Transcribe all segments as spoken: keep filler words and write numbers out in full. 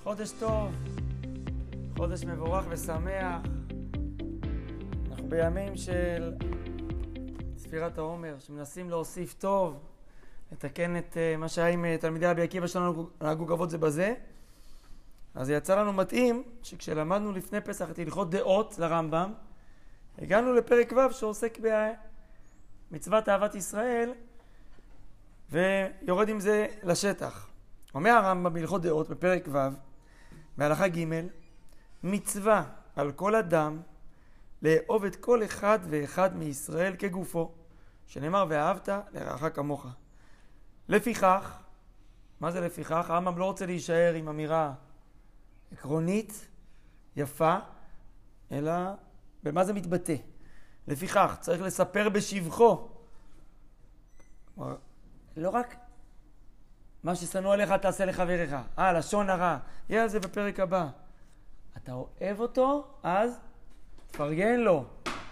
חודש טוב, חודש מבורך ושמח. אנחנו בימים של ספירת העומר, שמנסים להוסיף טוב, לתקן את uh, מה שהיה עם uh, תלמידי רבי עקיבא שלנו, נהגו כבוד זה בזה. אז יצא לנו מתאים שכשלמדנו לפני פסח את הלכות דעות לרמב"ם, הגענו לפרק ו' שעוסק במצוות אהבת ישראל, ויורד עם זה לשטח. אומר הרמב"ם בהלכות דעות בפרק ו' בהלכה ג' מצווה על כל אדם לאהוב את כל אחד ואחד מישראל כגופו, שנאמר ואהבת לרעך כמוך. לפיכך, מה זה לפיכך? הרמב"ם לא רוצה להישאר עם אמירה עקרונית, יפה, אלא במה זה מתבטא. לפיכך, צריך לספר בשבחו. כלומר, לא רק מה ששנוא עליך תעשה לחבריך. אה, לשון הרע. יהיה על זה בפרק הבא. אתה אוהב אותו, אז תפרגן לו.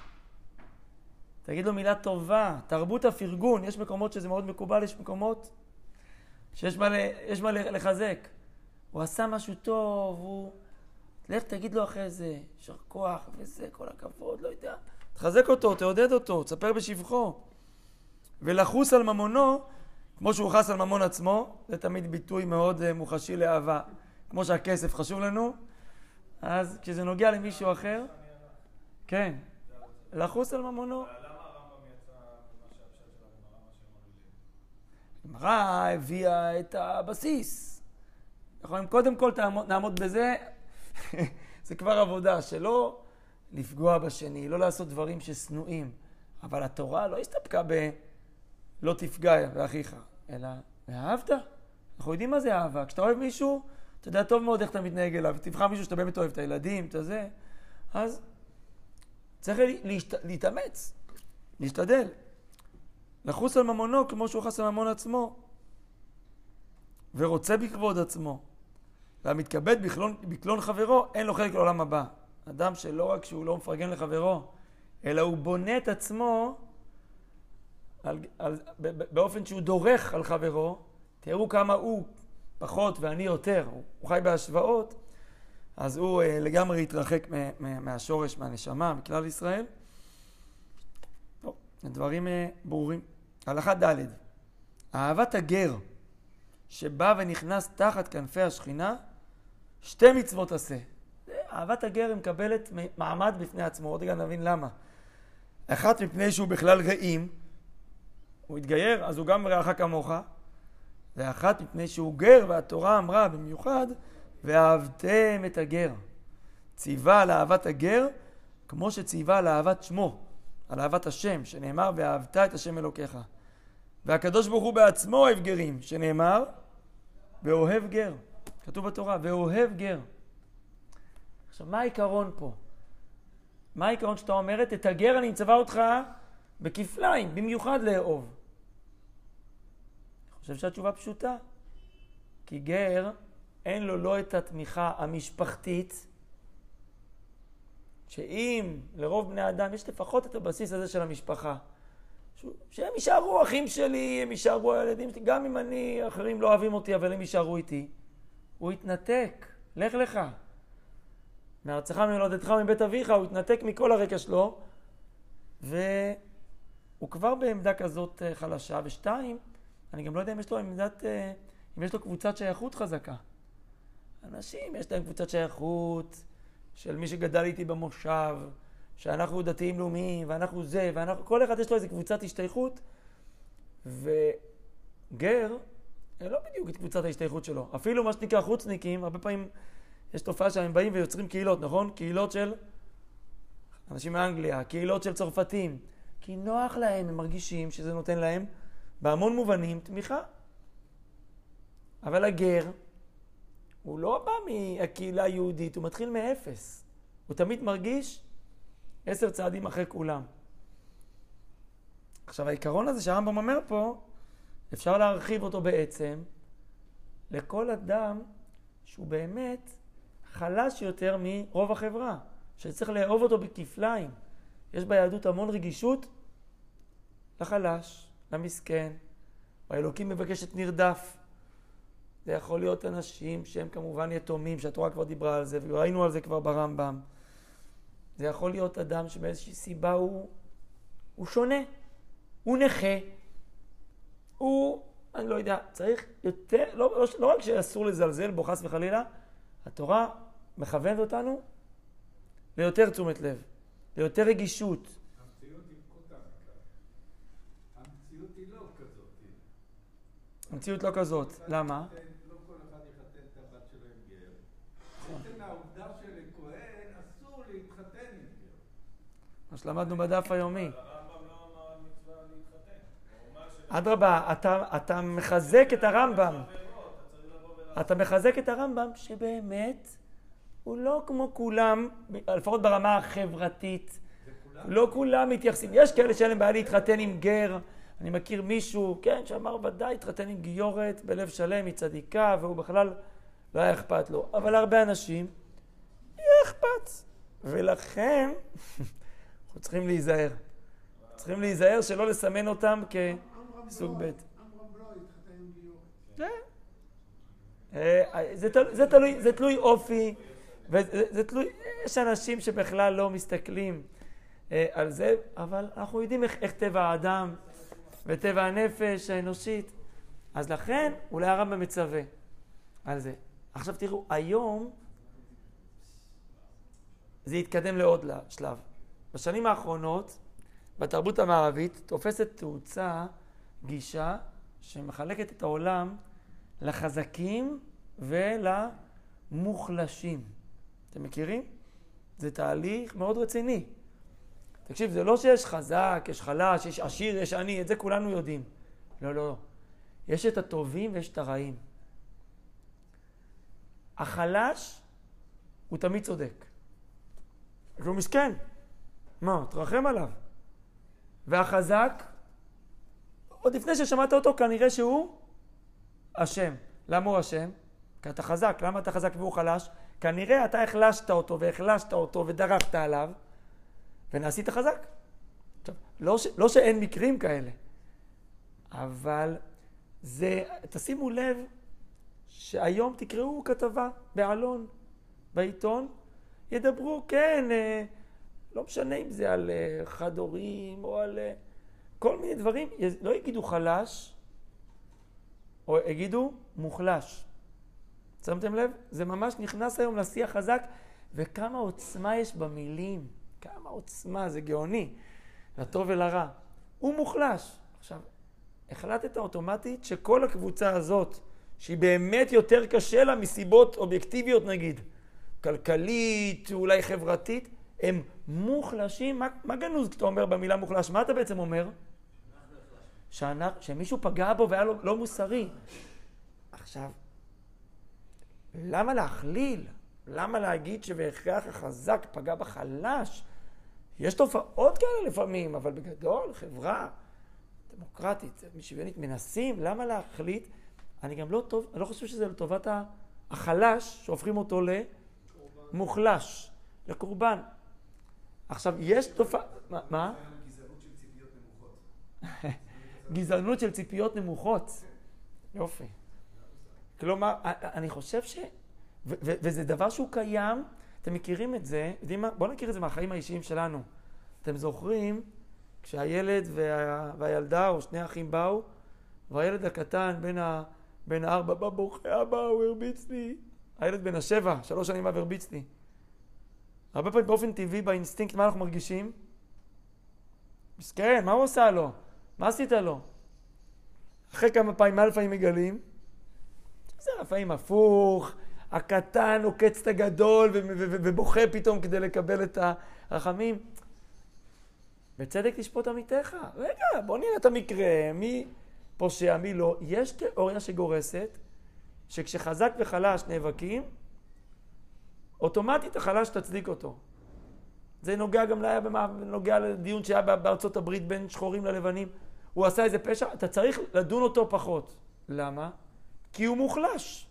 תגיד לו מילה טובה. תרבות הפרגון. יש מקומות שזה מאוד מקובל, יש מקומות שיש מה, יש מה לחזק. הוא עשה משהו טוב, הוא... לך תגיד לו אחרי זה, שר כוח וזה, כל הכבוד, לא יודע. תחזק אותו, תעודד אותו, תספר בשבחו. ולחוס על ממונו, כמו שהוא חס על ממון עצמו, זה תמיד ביטוי מאוד מוחשי לאהבה. כמו שהכסף חשוב לנו, אז כשזה נוגע למישהו אחר, כן, לחוס על ממונו. למה הרמב"ם יצא ממה שהפשט של הגמרא, מה שאמר לי? הגמרא הביאה את הבסיס. נכון, קודם כל נעמוד בזה, זה כבר עבודה, שלא לפגוע בשני, לא לעשות דברים ששנואים. אבל התורה לא הסתפקה ב... לא תפגע באחיך, אלא אהבת. אנחנו יודעים מה זה אהבה. כשאתה אוהב מישהו, אתה יודע טוב מאוד איך אתה מתנהג אליו. תבחר מישהו שאתה באמת אוהב את הילדים, את זה. אז צריך להשת... להתאמץ, להשתדל. לחוס על ממונו כמו שהוא חס על ממון עצמו, ורוצה בכבוד עצמו. והמתכבד בקלון, בקלון חברו, אין לו חלק לעולם הבא. אדם שלא רק שהוא לא מפרגן לחברו, אלא הוא בונה את עצמו על, על, באופן שהוא דורך על חברו. תראו כמה הוא פחות ואני יותר, הוא חי בהשוואות, אז הוא אה, לגמרי יתרחק מה, מה, מהשורש, מהנשמה, מכלל ישראל. טוב, הדברים אה, ברורים. הלכה ד' אהבת הגר שבא ונכנס תחת כנפי השכינה, שתי מצוות עשה. אהבת הגר מקבלת מעמד בפני עצמו, עוד רגע נבין למה. אחת מפני שהוא בכלל רעים, הוא התגייר, אז הוא גם רעך כמוך, ואחת מפני שהוא גר, והתורה אמרה במיוחד, ואהבתם את הגר. ציווה על אהבת הגר, כמו שציווה על אהבת שמו, על אהבת השם, שנאמר, ואהבת את השם אלוקיך. והקדוש ברוך הוא בעצמו אוהב גרים, שנאמר, ואוהב גר. כתוב בתורה, ואוהב גר. עכשיו, מה העיקרון פה? מה העיקרון שאתה אומרת? את הגר אני מצווה אותך בכפליים, במיוחד לאהוב. אני חושב שהתשובה פשוטה. כי גר, אין לו לא את התמיכה המשפחתית, שאם לרוב בני האדם יש לפחות את הבסיס הזה של המשפחה, שהם יישארו אחים שלי, הם יישארו הילדים שלי, גם אם אני, אחרים לא אוהבים אותי, אבל הם יישארו איתי. הוא יתנתק, לך לך. מארצך ממולדתך מבית אביך, הוא יתנתק מכל הרקע שלו, והוא כבר בעמדה כזאת חלשה. ושתיים, אני גם לא יודע אם יש לו עמדת, אם יש לו קבוצת שייכות חזקה. אנשים, יש להם קבוצת שייכות של מי שגדל איתי במושב, שאנחנו דתיים לאומיים, ואנחנו זה, ואנחנו, כל אחד יש לו איזו קבוצת השתייכות, וגר, לא בדיוק את קבוצת ההשתייכות שלו. אפילו מה שנקרא חוצניקים, הרבה פעמים יש תופעה שהם באים ויוצרים קהילות, נכון? קהילות של אנשים מאנגליה, קהילות של צרפתים, כי נוח להם, הם מרגישים שזה נותן להם בהמון מובנים תמיכה. אבל הגר, הוא לא בא מהקהילה היהודית, הוא מתחיל מאפס. הוא תמיד מרגיש עשר צעדים אחרי כולם. עכשיו, העיקרון הזה שהרמב"ם אומר פה, אפשר להרחיב אותו בעצם לכל אדם שהוא באמת חלש יותר מרוב החברה, שצריך לאהוב אותו בכפליים. יש ביהדות המון רגישות לחלש, למסכן. והאלוקים מבקש את נרדף. זה יכול להיות אנשים שהם כמובן יתומים, שהתורה כבר דיברה על זה, וראינו על זה כבר ברמב"ם. זה יכול להיות אדם שבאיזושהי סיבה הוא, הוא שונה, הוא נכה, הוא, אני לא יודע, צריך יותר, לא, לא, לא רק שאסור לזלזל בו חס וחלילה, התורה מכוונת אותנו ליותר תשומת לב, ליותר רגישות. המציאות היא פחותה מכך. המציאות היא לא כזאת. המציאות לא כזאת, למה? לא כל אחד יחתן את הבת שלו עם גר. בעצם העובדה שלכהן אסור להתחתן עם גר. מה שלמדנו בדף היומי. הרמב"ם לא אמר על מצווה להתחתן. אדרבה, אתה, אתה מחזק את הרמב"ם. אתה מחזק את הרמב"ם שבאמת הוא לא כמו כולם, לפחות ברמה החברתית. לא כולם מתייחסים. יש כאלה שאין להם בעיה להתחתן עם גר. אני מכיר מישהו, כן, שאמר ודאי, התחתן עם גיורת בלב שלם, היא צדיקה, והוא בכלל לא היה אכפת לו. אבל הרבה אנשים, יהיה אכפת. ולכן, אנחנו צריכים להיזהר. צריכים להיזהר שלא לסמן אותם כסוג ב'. עמרם לא התחתן עם גיורת. זה, זה תלוי, זה תלוי אופי, וזה תלוי, יש אנשים שבכלל לא מסתכלים על זה, אבל אנחנו יודעים איך, איך טבע האדם וטבע הנפש האנושית. אז לכן אולי הרמב"ם מצווה על זה. עכשיו תראו, היום זה יתקדם לעוד שלב. בשנים האחרונות, בתרבות המערבית, תופסת תאוצה גישה שמחלקת את העולם לחזקים ולמוחלשים. אתם מכירים? זה תהליך מאוד רציני. תקשיב, זה לא שיש חזק, יש חלש, יש עשיר, יש עני, את זה כולנו יודעים. לא, לא, לא. יש את הטובים ויש את הרעים. החלש הוא תמיד צודק. הוא מסכן. מה, תרחם עליו. והחזק, עוד לפני ששמעת אותו, כנראה שהוא אשם. למה הוא אשם? כי אתה חזק. למה אתה חזק והוא חלש? כנראה אתה החלשת אותו והחלשת אותו ודרכת עליו, ונעשית חזק. עכשיו, לא, ש... לא שאין מקרים כאלה, אבל זה, תשימו לב שהיום תקראו כתבה בעלון, בעיתון, ידברו, כן, לא משנה אם זה על חד הורים או על כל מיני דברים, לא יגידו חלש, או יגידו מוחלש. שמתם לב? זה ממש נכנס היום לשיח חזק, וכמה עוצמה יש במילים. כמה עוצמה, זה גאוני. לטוב ולרע. הוא מוחלש. עכשיו, החלטת אוטומטית שכל הקבוצה הזאת, שהיא באמת יותר קשה לה מסיבות אובייקטיביות נגיד, כלכלית, אולי חברתית, הם מוחלשים. מה, מה גנוז כשאתה אומר במילה מוחלש? מה אתה בעצם אומר? שאנחנו, שמישהו פגע בו והיה לו לא מוסרי. עכשיו, למה להכליל? למה להגיד שבהכרח החזק פגע בחלש? יש תופעות כאלה לפעמים, אבל בגדול, חברה דמוקרטית, שוויונית, מנסים, למה להחליט? אני גם לא טוב, אני לא חושב שזה לטובת החלש, שהופכים אותו למוחלש, לקורבן. עכשיו, יש תופעה... מה? מה? גזענות של ציפיות נמוכות. גזענות של ציפיות נמוכות. יופי. כלומר, אני חושב ש... ו- ו- וזה דבר שהוא קיים, אתם מכירים את זה, יודעים מה? בואו נכיר את זה מהחיים האישיים שלנו. אתם זוכרים, כשהילד וה- והילדה או שני אחים באו, והילד הקטן בין, ה- בין הארבע, בא בוכה, אבא, הוא הרביץ לי. הילד בין השבע, שלוש שנים אבא הרביץ לי. הרבה פעמים באופן טבעי, באינסטינקט, מה אנחנו מרגישים? מסכן, מה הוא עושה לו? מה עשית לו? אחרי כמה פעמים, מה לפעמים מגלים? זה לפעמים הפוך, הקטן עוקץ את הגדול ובוכה פתאום כדי לקבל את הרחמים. בצדק תשפוט עמיתך. רגע, בוא נראה את המקרה, מי פושע, מי לא. יש תיאוריה שגורסת שכשחזק וחלש נאבקים, אוטומטית החלש תצדיק אותו. זה נוגע גם היה נוגע לדיון שהיה בארצות הברית בין שחורים ללבנים. הוא עשה איזה פשע, אתה צריך לדון אותו פחות. למה? כי הוא מוחלש.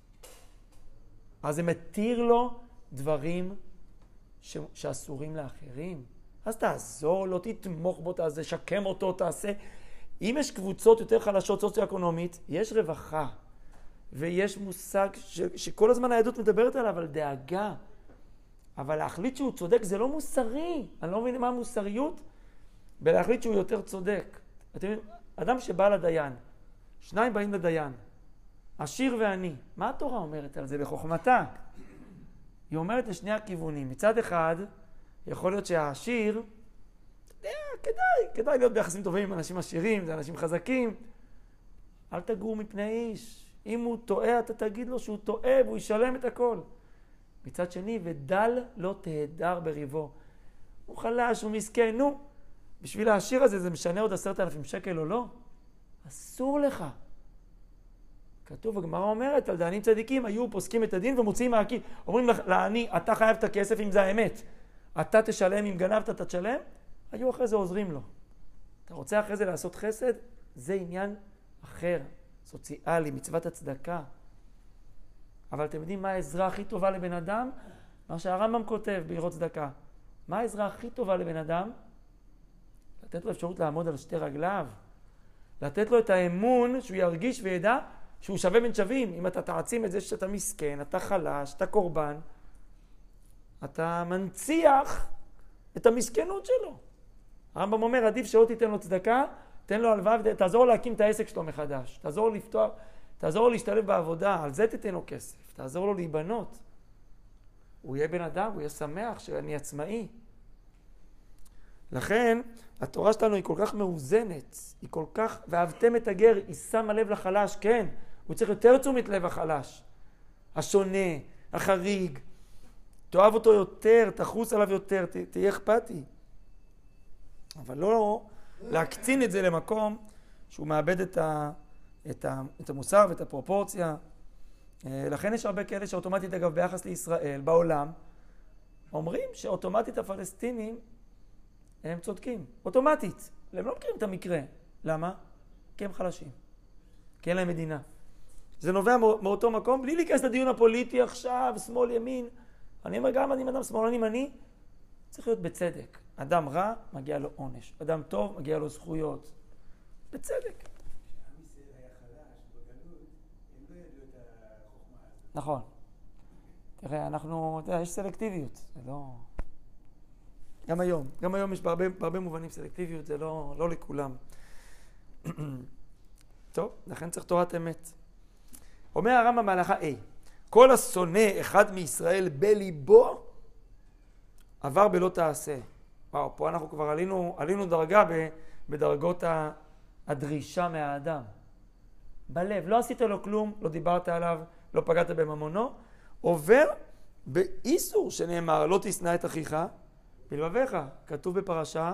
אז זה מתיר לו דברים ש... שאסורים לאחרים. אז תעזור לו, תתמוך בו, תעשה, שקם אותו, תעשה. אם יש קבוצות יותר חלשות סוציו-אקונומית, יש רווחה. ויש מושג ש, שכל הזמן היהדות מדברת עליו, על דאגה. אבל להחליט שהוא צודק זה לא מוסרי. אני לא מבין מה המוסריות, ולהחליט שהוא יותר צודק. אתם יודעים, אדם שבא לדיין, שניים באים לדיין, עשיר ועני. מה התורה אומרת על זה בחוכמתה? היא אומרת לשני הכיוונים. מצד אחד, יכול להיות שהעשיר, יודע, כדאי, כדאי להיות ביחסים טובים עם אנשים עשירים, זה אנשים חזקים. אל תגור מפני איש. אם הוא טועה, אתה תגיד לו שהוא טועה, והוא ישלם את הכל. מצד שני, ודל לא תהדר בריבו. הוא חלש, הוא מסכן, נו. בשביל העשיר הזה, זה משנה עוד עשרת אלפים שקל או לא? אסור לך. כתוב, הגמרא אומרת, על דיינים צדיקים, היו פוסקים את הדין ומוציאים מהכיס. אומרים לעני, אתה חייב את הכסף אם זה האמת. אתה תשלם, אם גנבת אתה תשלם. היו אחרי זה עוזרים לו. אתה רוצה אחרי זה לעשות חסד? זה עניין אחר, סוציאלי, מצוות הצדקה. אבל אתם יודעים מה העזרה הכי טובה לבן אדם? מה שהרמב"ם כותב בהלכות צדקה. מה העזרה הכי טובה לבן אדם? לתת לו אפשרות לעמוד על שתי רגליו. לתת לו את האמון שהוא ירגיש וידע שהוא שווה בין שווים. אם אתה תעצים את זה שאתה מסכן, אתה חלש, אתה קורבן, אתה מנציח את המסכנות שלו. הרמב"ם אומר, עדיף שלא תיתן לו צדקה, תן לו הלוואה, תעזור לו להקים את העסק שלו מחדש. תעזור לו לפתוח, תעזור לו להשתלב בעבודה, על זה תיתן לו כסף. תעזור לו להיבנות. הוא יהיה בן אדם, הוא יהיה שמח שאני עצמאי. לכן, התורה שלנו היא כל כך מאוזנת, היא כל כך, ואהבתם את הגר, היא שמה לב לחלש, כן, הוא צריך יותר תשומת לב החלש. השונה, החריג, תאהב אותו יותר, תחוס עליו יותר, ת, תהיה אכפתי. אבל לא להקצין את זה למקום שהוא מאבד את, ה, את, ה, את המוסר ואת הפרופורציה. לכן יש הרבה כאלה שאוטומטית, אגב, ביחס לישראל, בעולם, אומרים שאוטומטית הפלסטינים הם צודקים. אוטומטית. הם לא מכירים את המקרה. למה? כי הם חלשים. כי אין להם מדינה. זה נובע מאותו מקום, בלי להיכנס לדיון הפוליטי עכשיו, שמאל, ימין. אני אומר, גם אני אדם שמאל, אני מני, צריך להיות בצדק. אדם רע, מגיע לו עונש. אדם טוב, מגיע לו זכויות. בצדק. כשעם ישראל היה חלש בגלות, הם לא ידעו את החוכמה הזאת. נכון. תראה, אנחנו, תראה, יש סלקטיביות. זה לא... גם היום. גם היום יש בהרבה, בהרבה מובנים סלקטיביות, זה לא, לא לכולם. טוב, לכן צריך תורת אמת. אומר הרמב"ם בהלכה A, כל השונא אחד מישראל בליבו, עבר בלא תעשה. וואו, פה אנחנו כבר עלינו, עלינו דרגה בדרגות הדרישה מהאדם. בלב, לא עשית לו כלום, לא דיברת עליו, לא פגעת בממונו, עובר באיסור שנאמר, לא תשנא את אחיך בלבביך, כתוב בפרשה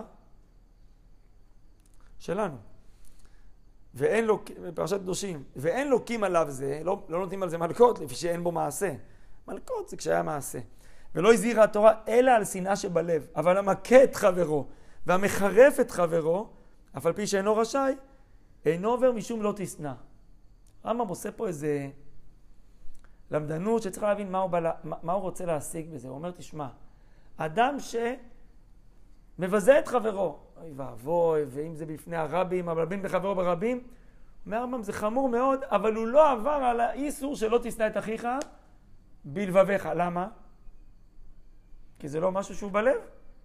שלנו. ואין לו, בפרשת קדושים, ואין לוקים עליו זה, לא, לא נותנים על זה מלכות, לפי שאין בו מעשה. מלכות זה כשהיה מעשה. ולא הזהירה התורה אלא על שנאה שבלב, אבל המכה את חברו והמחרף את חברו, אף על פי שאינו רשאי, אינו עובר משום לא תשנא. הרמב"ם עושה פה איזה למדנות שצריך להבין מה הוא, בא, מה הוא רוצה להשיג בזה. הוא אומר, תשמע, אדם שמבזה את חברו, אוי ואבוי, ואם זה בפני הרבים, אבל בין בחברו ברבים, אומר הרמב"ם, זה חמור מאוד, אבל הוא לא עבר על האיסור שלא תשנא את אחיך בלבביך. למה? כי זה לא משהו שהוא בלב.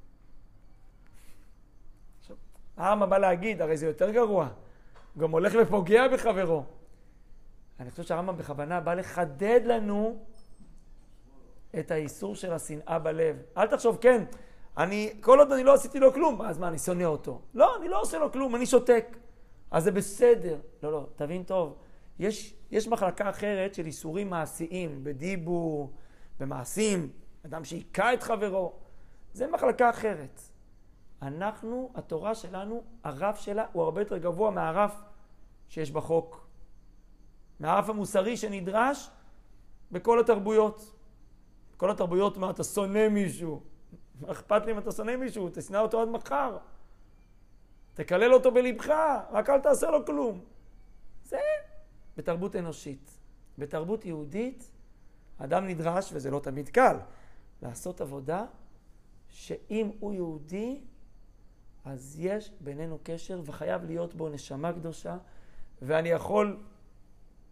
עכשיו, הרמב"ם בא להגיד, הרי זה יותר גרוע. הוא גם הולך ופוגע בחברו. אני חושב שהרמב"ם בכוונה בא לחדד לנו את האיסור של השנאה בלב. אל תחשוב, כן, אני, כל עוד אני לא עשיתי לו כלום, אז מה, אני שונא אותו? לא, אני לא עושה לו כלום, אני שותק. אז זה בסדר. לא, לא, תבין טוב. יש, יש מחלקה אחרת של איסורים מעשיים, בדיבור, במעשים, אדם שיקע את חברו. זה מחלקה אחרת. אנחנו, התורה שלנו, הרף שלה הוא הרבה יותר גבוה מהרף שיש בחוק. מהרף המוסרי שנדרש בכל התרבויות. בכל התרבויות, מה, אתה שונא מישהו. מה אכפת לי אם אתה שונא מישהו? תשנא אותו עד מחר. תקלל אותו בלבך, רק אל תעשה לו כלום. זה בתרבות אנושית. בתרבות יהודית, אדם נדרש, וזה לא תמיד קל, לעשות עבודה שאם הוא יהודי, אז יש בינינו קשר וחייב להיות בו נשמה קדושה, ואני יכול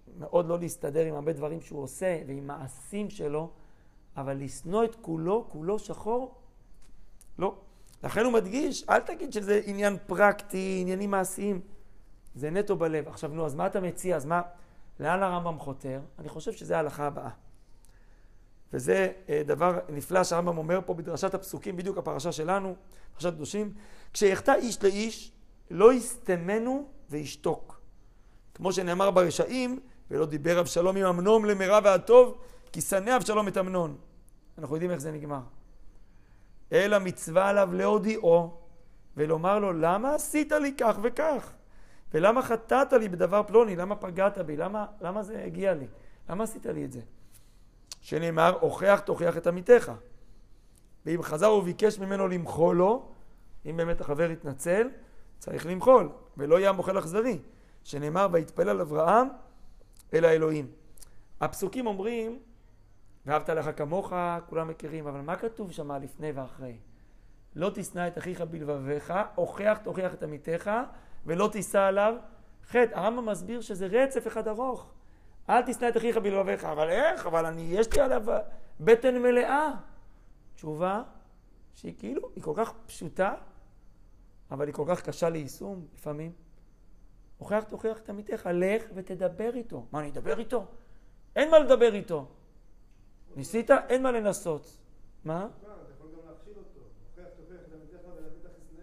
מאוד לא להסתדר עם הרבה דברים שהוא עושה ועם מעשים שלו, אבל לשנוא את כולו, כולו שחור, לא. לכן הוא מדגיש, אל תגיד שזה עניין פרקטי, עניינים מעשיים. זה נטו בלב. עכשיו, נו, אז מה אתה מציע? אז מה, לאן הרמב"ם חותר? אני חושב שזה ההלכה הבאה. וזה דבר נפלא שהרמב"ם אומר פה בדרשת הפסוקים, בדיוק הפרשה שלנו, פרשת קדושים, כשיחטא איש לאיש, לא יסתמנו וישתוק. כמו שנאמר ברשעים, ולא דיבר אבשלום עם אמנון למרע והטוב, כי שנא אבשלום את אמנון. אנחנו יודעים איך זה נגמר. אלא מצווה עליו להודיעו, ולומר לו, למה עשית לי כך וכך? ולמה חטאת לי בדבר פלוני? למה פגעת בי? למה, למה זה הגיע לי? למה עשית לי את זה? שנאמר, הוכח תוכיח את עמיתך. ואם חזר וביקש ממנו למחול לו, אם באמת החבר יתנצל, צריך למחול, ולא יהיה מוחל אכזרי. שנאמר, ויתפלל אברהם אל האלוהים. הפסוקים אומרים, ואהבת לך כמוך, כולם מכירים, אבל מה כתוב שם לפני ואחרי? לא תשנא את אחיך בלבביך, הוכח תוכיח את עמיתך, ולא תישא עליו חטא. הרמב"ם מסביר שזה רצף אחד ארוך. אל תשנא את אחיך בלבביך, אבל איך? אבל אני, יש לי עליו בטן מלאה. תשובה שהיא כאילו, היא כל כך פשוטה, אבל היא כל כך קשה ליישום לפעמים. הוכח תוכיח את עמיתך, לך ותדבר איתו. מה, אני אדבר איתו? אין מה לדבר איתו. ניסית? אין מה לנסות. מה? אתה יכול גם להכשיל אותו. הוכח תוכיח את עמיתך ולהביא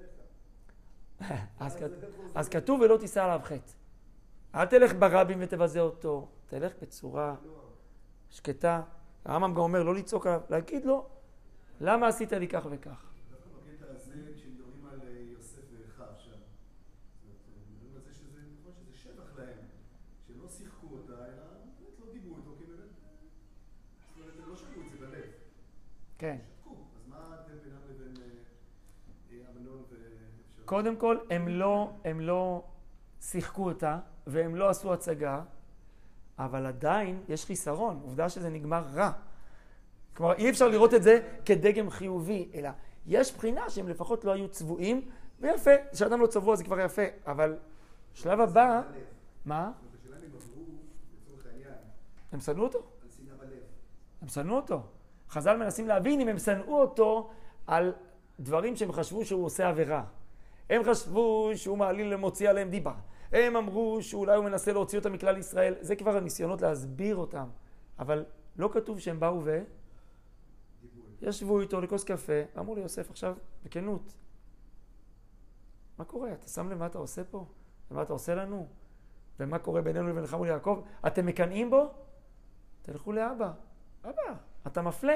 את חסדיך. אז כתוב ולא תישא עליו חטא. אל תלך ברבים ותבזה אותו. תלך בצורה שקטה. הרמב"ם גם אומר לא לצעוק עליו, להגיד לו, למה עשית לי כך וכך? דווקא בקטע הזה, כשמדברים על יוסף ואחיו שם, מדברים על זה שזה נכון שזה שבח להם, שהם לא שיחקו אותה, אלא באמת לא דיברו איתו, כי באמת, זאת אומרת, הם לא שקעו את זה בלב. כן. שתקו, אז מה ההבדל בינם לבין אמנון ואפשר? קודם כל, הם לא, הם לא שיחקו אותה, והם לא עשו הצגה, אבל עדיין יש חיסרון, עובדה שזה נגמר רע. כלומר, אי אפשר לראות את זה כדגם חיובי, אלא יש בחינה שהם לפחות לא היו צבועים, ויפה, כשאדם לא צבוע זה כבר יפה, אבל שלב הבא... מה? השאלה הם עברו, לצורך העניין, הם שנאו אותו? על שנאה בלב. הם שנאו אותו. חז"ל מנסים להבין אם הם שנאו אותו על דברים שהם חשבו שהוא עושה עבירה. הם חשבו שהוא מעליל למוציא עליהם דיבה. הם אמרו שאולי הוא מנסה להוציא אותם מכלל ישראל. זה כבר הניסיונות להסביר אותם. אבל לא כתוב שהם באו ו... ישבו איתו לכוס קפה, אמרו לי, יוסף, עכשיו, בכנות, מה קורה? אתה שם לב מה אתה עושה פה? ומה אתה עושה לנו? ומה קורה בינינו לבינך מול יעקב? אתם מקנאים בו? תלכו לאבא. אבא, אתה מפלה?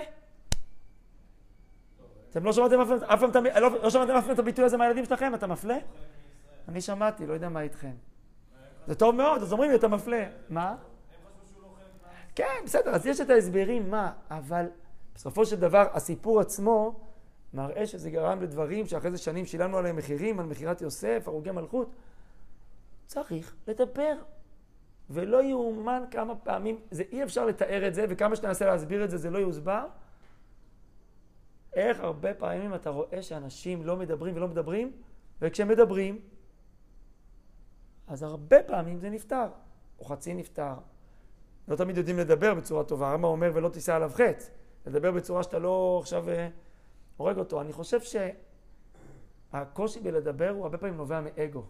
אתם לא שמעתם אף פעם לא שמעתם אף פעם את הביטוי הזה מהילדים שלכם? אתה מפלה? אני שמעתי, לא יודע מה איתכם. זה טוב מאוד, אז אומרים לי, אתה מפלה. מה? כן, בסדר, אז יש את ההסברים, מה? אבל בסופו של דבר, הסיפור עצמו מראה שזה גרם לדברים שאחרי זה שנים שילמנו עליהם מחירים, על מחירת יוסף, הרוגי מלכות. צריך לדבר. ולא יאומן כמה פעמים, זה אי אפשר לתאר את זה, וכמה שננסה להסביר את זה, זה לא יוסבר. איך הרבה פעמים אתה רואה שאנשים לא מדברים ולא מדברים, וכשהם מדברים, אז הרבה פעמים זה נפטר, או חצי נפטר. לא תמיד יודעים לדבר בצורה טובה. הרמב"ם אומר ולא תישא עליו חטא. לדבר בצורה שאתה לא עכשיו הורג אותו. אני חושב שהקושי בלדבר הוא הרבה פעמים נובע מאגו.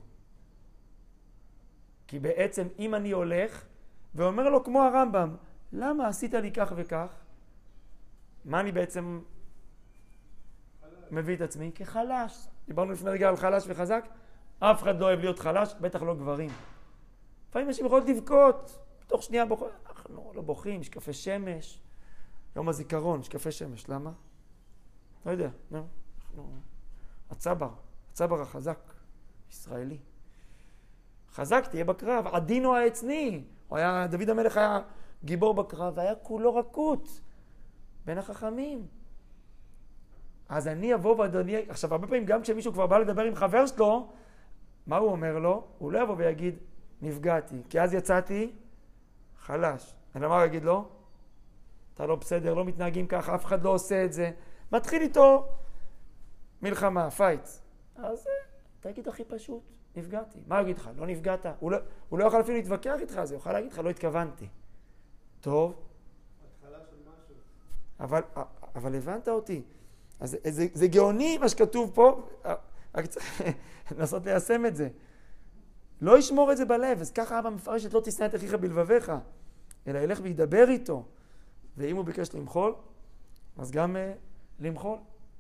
כי בעצם אם אני הולך ואומר לו כמו הרמב"ם, למה עשית לי כך וכך? מה אני בעצם מביא את עצמי? כחלש. דיברנו לפני רגע על חלש וחזק. אף אחד לא אוהב להיות חלש, בטח לא גברים. לפעמים אנשים יכולים לבכות. בתוך שנייה בוכים. אנחנו לא בוכים, יש קפה שמש. יום הזיכרון, יש קפה שמש. למה? לא יודע. לא. אנחנו... הצבר. הצבר החזק. ישראלי. חזק תהיה בקרב. עדינו העצני. הוא היה, דוד המלך היה גיבור בקרב, והיה כולו רכות. בין החכמים. אז אני אבוא ואדוני... עכשיו, הרבה פעמים גם כשמישהו כבר בא לדבר עם חבר שלו, מה הוא אומר לו? הוא לא יבוא ויגיד, נפגעתי. כי אז יצאתי חלש. אלא מה הוא יגיד לו? אתה לא בסדר, לא מתנהגים ככה, אף אחד לא עושה את זה. מתחיל איתו מלחמה, פייט. אז תגיד הכי פשוט. נפגעתי. מה הוא יגיד לך? לא נפגעת? הוא לא, הוא לא יכול אפילו להתווכח איתך, אז הוא יוכל להגיד לך, לא התכוונתי. טוב. התחלה של משהו. אבל, אבל הבנת אותי. אז זה, זה גאוני מה שכתוב פה, רק צריך לנסות ליישם את זה. לא ישמור את זה בלב, אז ככה אבא מפרש את לא תשנא את אחיך בלבביך, אלא ילך וידבר איתו. ואם הוא ביקש למחול, אז גם uh, למחול.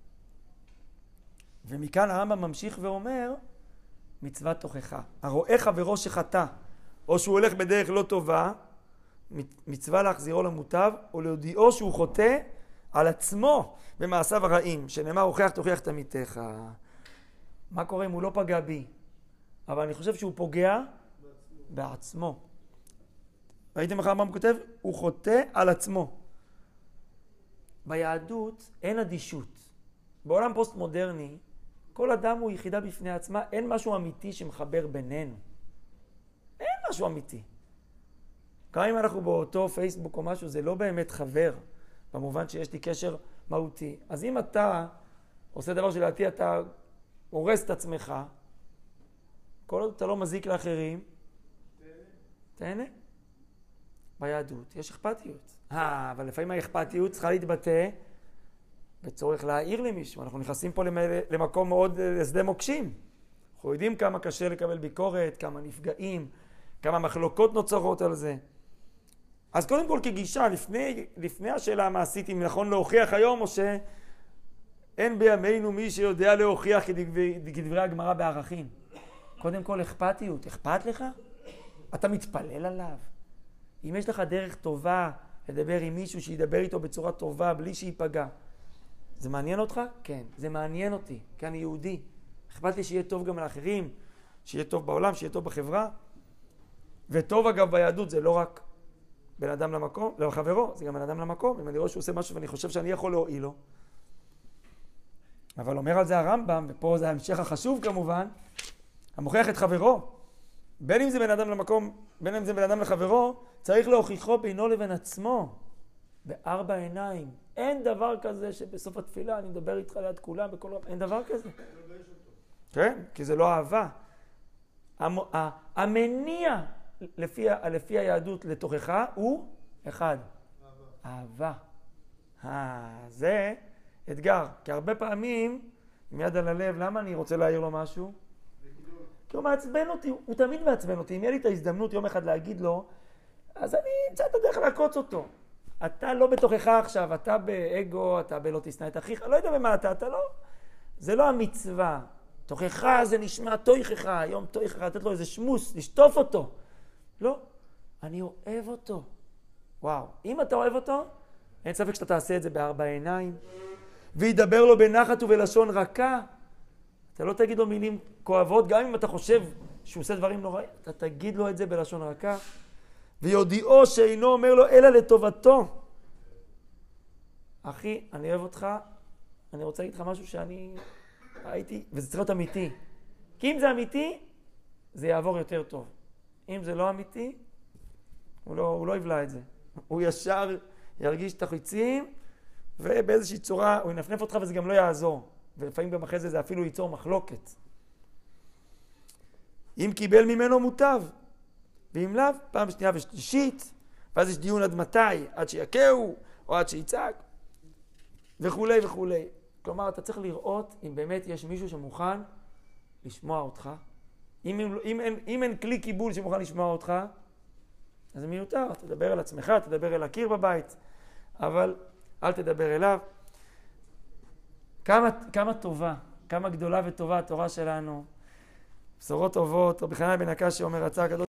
ומכאן הרמב"ם ממשיך ואומר, מצוות תוכחה. הרואה חברו שחטא, או שהוא הולך בדרך לא טובה, מצווה להחזירו למוטב, או להודיעו שהוא חוטא על עצמו במעשיו הרעים, שנאמר, הוכח תוכיח את עמיתך. מה קורה אם הוא לא פגע בי? אבל אני חושב שהוא פוגע בעצמו. בעצמו. ראיתם איך הרמב"ם כותב? הוא חוטא על עצמו. ביהדות אין אדישות. בעולם פוסט-מודרני, כל אדם הוא יחידה בפני עצמה, אין משהו אמיתי שמחבר בינינו. אין משהו אמיתי. גם אם אנחנו באותו פייסבוק או משהו, זה לא באמת חבר, במובן שיש לי קשר מהותי. אז אם אתה עושה דבר שלדעתי, אתה הורס את עצמך, כל עוד אתה לא מזיק לאחרים, תהנה. ביהדות יש אכפתיות. אה, אבל לפעמים האכפתיות צריכה להתבטא בצורך להעיר למישהו. אנחנו נכנסים פה למקום מאוד לשדה מוקשים. אנחנו יודעים כמה קשה לקבל ביקורת, כמה נפגעים, כמה מחלוקות נוצרות על זה. אז קודם כל כגישה, לפני, לפני השאלה המעשית, אם נכון להוכיח היום, או שאין בימינו מי שיודע להוכיח כדברי, כדברי הגמרא בערכים. קודם כל אכפתיות. אכפת לך? אתה מתפלל עליו. אם יש לך דרך טובה לדבר עם מישהו שידבר איתו בצורה טובה, בלי שיפגע, זה מעניין אותך? כן, זה מעניין אותי, כי אני יהודי. אכפת לי שיהיה טוב גם לאחרים, שיהיה טוב בעולם, שיהיה טוב בחברה. וטוב אגב ביהדות זה לא רק בן אדם למקום, לא חברו, זה גם בן אדם למקום. אם אני רואה שהוא עושה משהו ואני חושב שאני יכול להועיל לו. אבל אומר על זה הרמב"ם, ופה זה ההמשך החשוב כמובן, המוכיח את חברו. בין אם זה בן אדם למקום, בין אם זה בן אדם לחברו, צריך להוכיחו בינו לבין עצמו, בארבע עיניים. אין דבר כזה שבסוף התפילה אני מדבר איתך ליד כולם, בכל רב, אין דבר כזה. כן, כי זה לא אהבה. המניע לפי, לפי היהדות לתוכחה הוא אחד. אהבה. אהבה. זה אתגר. כי הרבה פעמים, עם יד על הלב, למה אני רוצה להעיר לו משהו? כי הוא מעצבן אותי, הוא תמיד מעצבן אותי. אם יהיה לי את ההזדמנות יום אחד להגיד לו, אז אני אמצא את הדרך לעקוץ אותו. אתה לא בתוכך עכשיו, אתה באגו, אתה בלא תשנא את אחיך, לא יודע במה אתה, אתה לא. זה לא המצווה. תוכך זה נשמע תויכך, היום תויכך, לתת לו איזה שמוס, לשטוף אותו. לא, אני אוהב אותו. וואו, אם אתה אוהב אותו, אין ספק שאתה תעשה את זה בארבע עיניים, וידבר לו בנחת ובלשון רכה. אתה לא תגיד לו מילים כואבות, גם אם אתה חושב שהוא עושה דברים נוראים, אתה תגיד לו את זה בלשון רכה. ויודיעו שאינו אומר לו אלא לטובתו. אחי, אני אוהב אותך, אני רוצה להגיד לך משהו שאני הייתי, וזה צריך להיות אמיתי. כי אם זה אמיתי, זה יעבור יותר טוב. אם זה לא אמיתי, הוא לא, הוא לא יבלע את זה. הוא ישר ירגיש את החיצים, ובאיזושהי צורה הוא ינפנף אותך וזה גם לא יעזור. ולפעמים גם אחרי זה זה אפילו ייצור מחלוקת. אם קיבל ממנו מוטב, ואם לאו, פעם שנייה ושלישית, ואז יש דיון עד מתי, עד שיקהו, או עד שיצעק, וכו' וכו'. כלומר, אתה צריך לראות אם באמת יש מישהו שמוכן לשמוע אותך. אם, אם, אם, אם, אם אין כלי קיבול שמוכן לשמוע אותך, אז זה מיותר. תדבר על עצמך, תדבר אל הקיר בבית, אבל אל תדבר אליו. כמה, כמה טובה, כמה גדולה וטובה התורה שלנו. בשורות טובות, רבי חנניה בן עקשיא אומר, רצה הקדוש